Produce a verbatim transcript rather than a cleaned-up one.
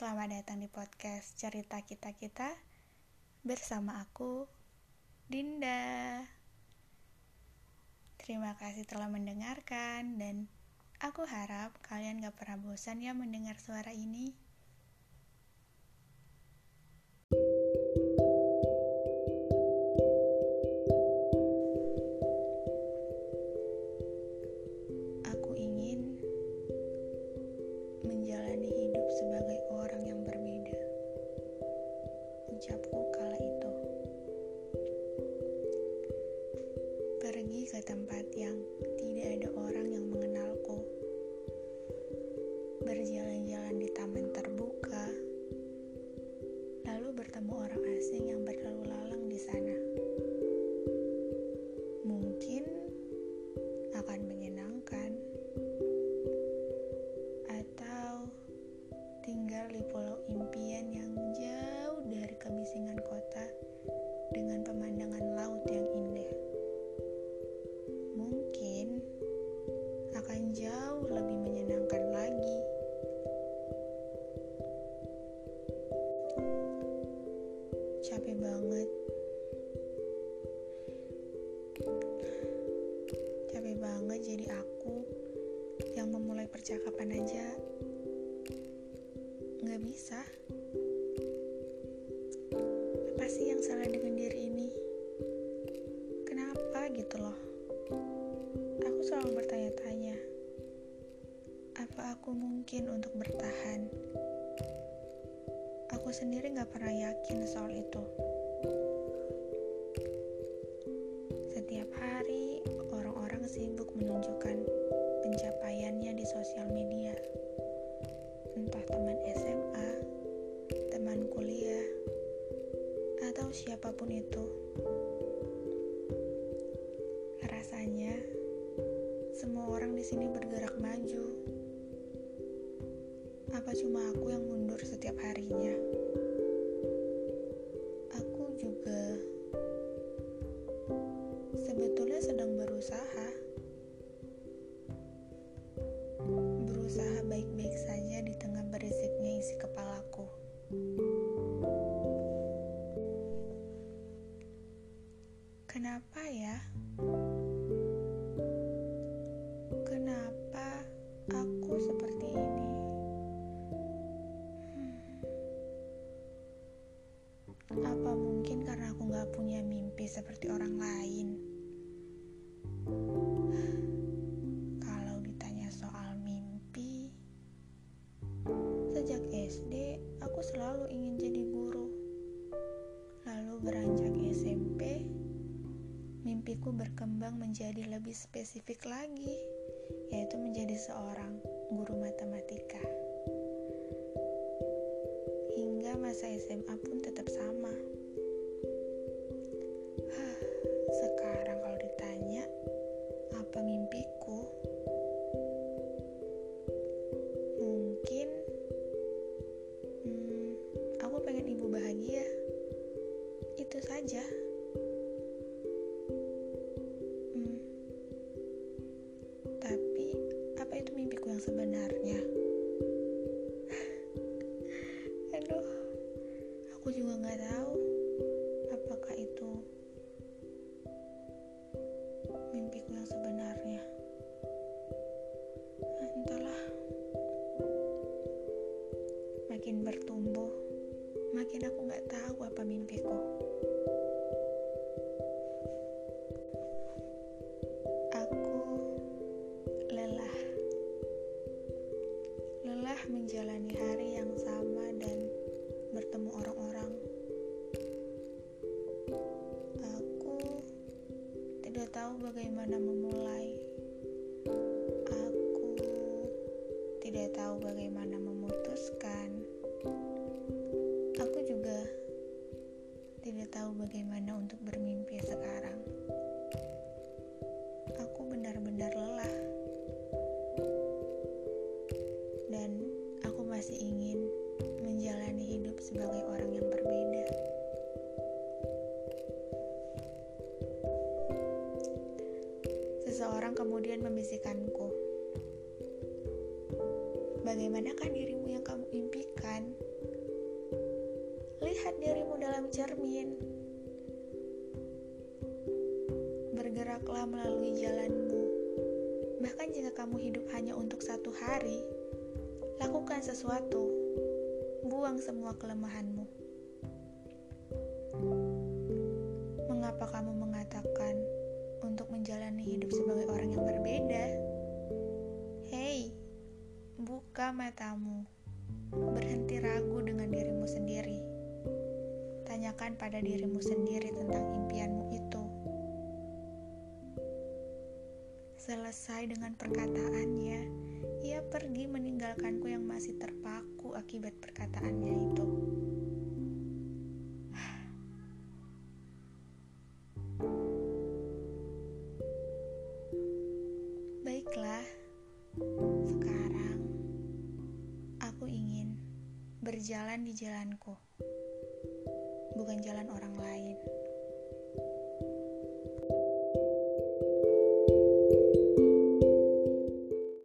Selamat datang di podcast Cerita Kita-Kita bersama aku, Dinda. Terima kasih telah mendengarkan dan aku harap kalian gak pernah bosan ya mendengar suara ini. Aku ingin menjalani hidup sebagai orang yang berbeda, ucapku kala itu. Pergi ke tempat yang tidak ada orang yang mengenalku, berjalan-jalan di taman terbuka, lalu bertemu orang asing yang berlalu lalang di sana. Mungkin akan menyenangkan, atau tinggal di pulau impian yang jauh dari kebisingan kota dengan pemandangan laut yang indah. Mungkin akan jauh lebih menyenangkan lagi. Capek banget. Capek banget jadi aku yang memulai percakapan aja nggak bisa. Apa sih yang salah dengan diri ini? Kenapa gitu loh? Aku selalu bertanya-tanya, apa aku mungkin untuk bertahan? Aku sendiri gak pernah yakin soal itu. Setiap hari, orang-orang sibuk menunjukkan pencapaiannya di sosial media. Entah teman S M A, teman kuliah, atau siapapun itu. Rasanya semua orang di sini bergerak maju. Apa cuma aku yang mundur setiap harinya? Aku juga sebetulnya sedang berusaha. Berusaha baik-baik saja di tengah berisiknya isi kepalaku. Kenapa ya? Kenapa aku seperti ini? Hmm. Apa mungkin karena aku gak punya mimpi seperti orang lain? Kalau ditanya soal mimpi, sejak S D aku selalu ingin jadi guru. Lalu beranjak S M P, mimpiku berkembang menjadi lebih spesifik lagi, yaitu menjadi seorang guru matematika. Hingga masa S M A pun tetap sama. Sekarang kalau ditanya, apa mimpiku? Mungkin hmm, aku pengen ibu bahagia. Itu saja. Hmm, tapi apa itu mimpiku yang sebenarnya? Aduh, aku juga nggak tahu apakah itu mimpiku yang sebenarnya. Ah, entahlah. Makin bertumbuh, makin aku nggak tahu apa mimpiku. Aku lelah. Lelah menjalani hari yang sama dan bertemu orang-orang. Aku tidak tahu bagaimana memulai. Aku tidak tahu bagaimana memutuskan. Aku juga tidak tahu bagaimana untuk bermimpi sekarang. Aku benar-benar lelah. Dan aku masih ingin menjalani hidup sebagai orang yang berbeda. Seseorang kemudian membisikkanku, bagaimanakah dirimu yang kamu impikan? lihat dirimu dalam cermin. Bergeraklah melalui jalanmu. Bahkan jika kamu hidup hanya untuk satu hari, lakukan sesuatu. Buang semua kelemahanmu. Mengapa kamu mengatakan untuk menjalani hidup sebagai orang yang berbeda? Hei, buka matamu. Berhenti ragu dengan dirimu sendiri. Tanyakan pada dirimu sendiri tentang impianmu itu. Selesai dengan perkataannya, ia pergi meninggalkanku yang masih terpaku akibat perkataannya itu. Baiklah, sekarang aku ingin berjalan di jalanku, bukan jalan orang lain.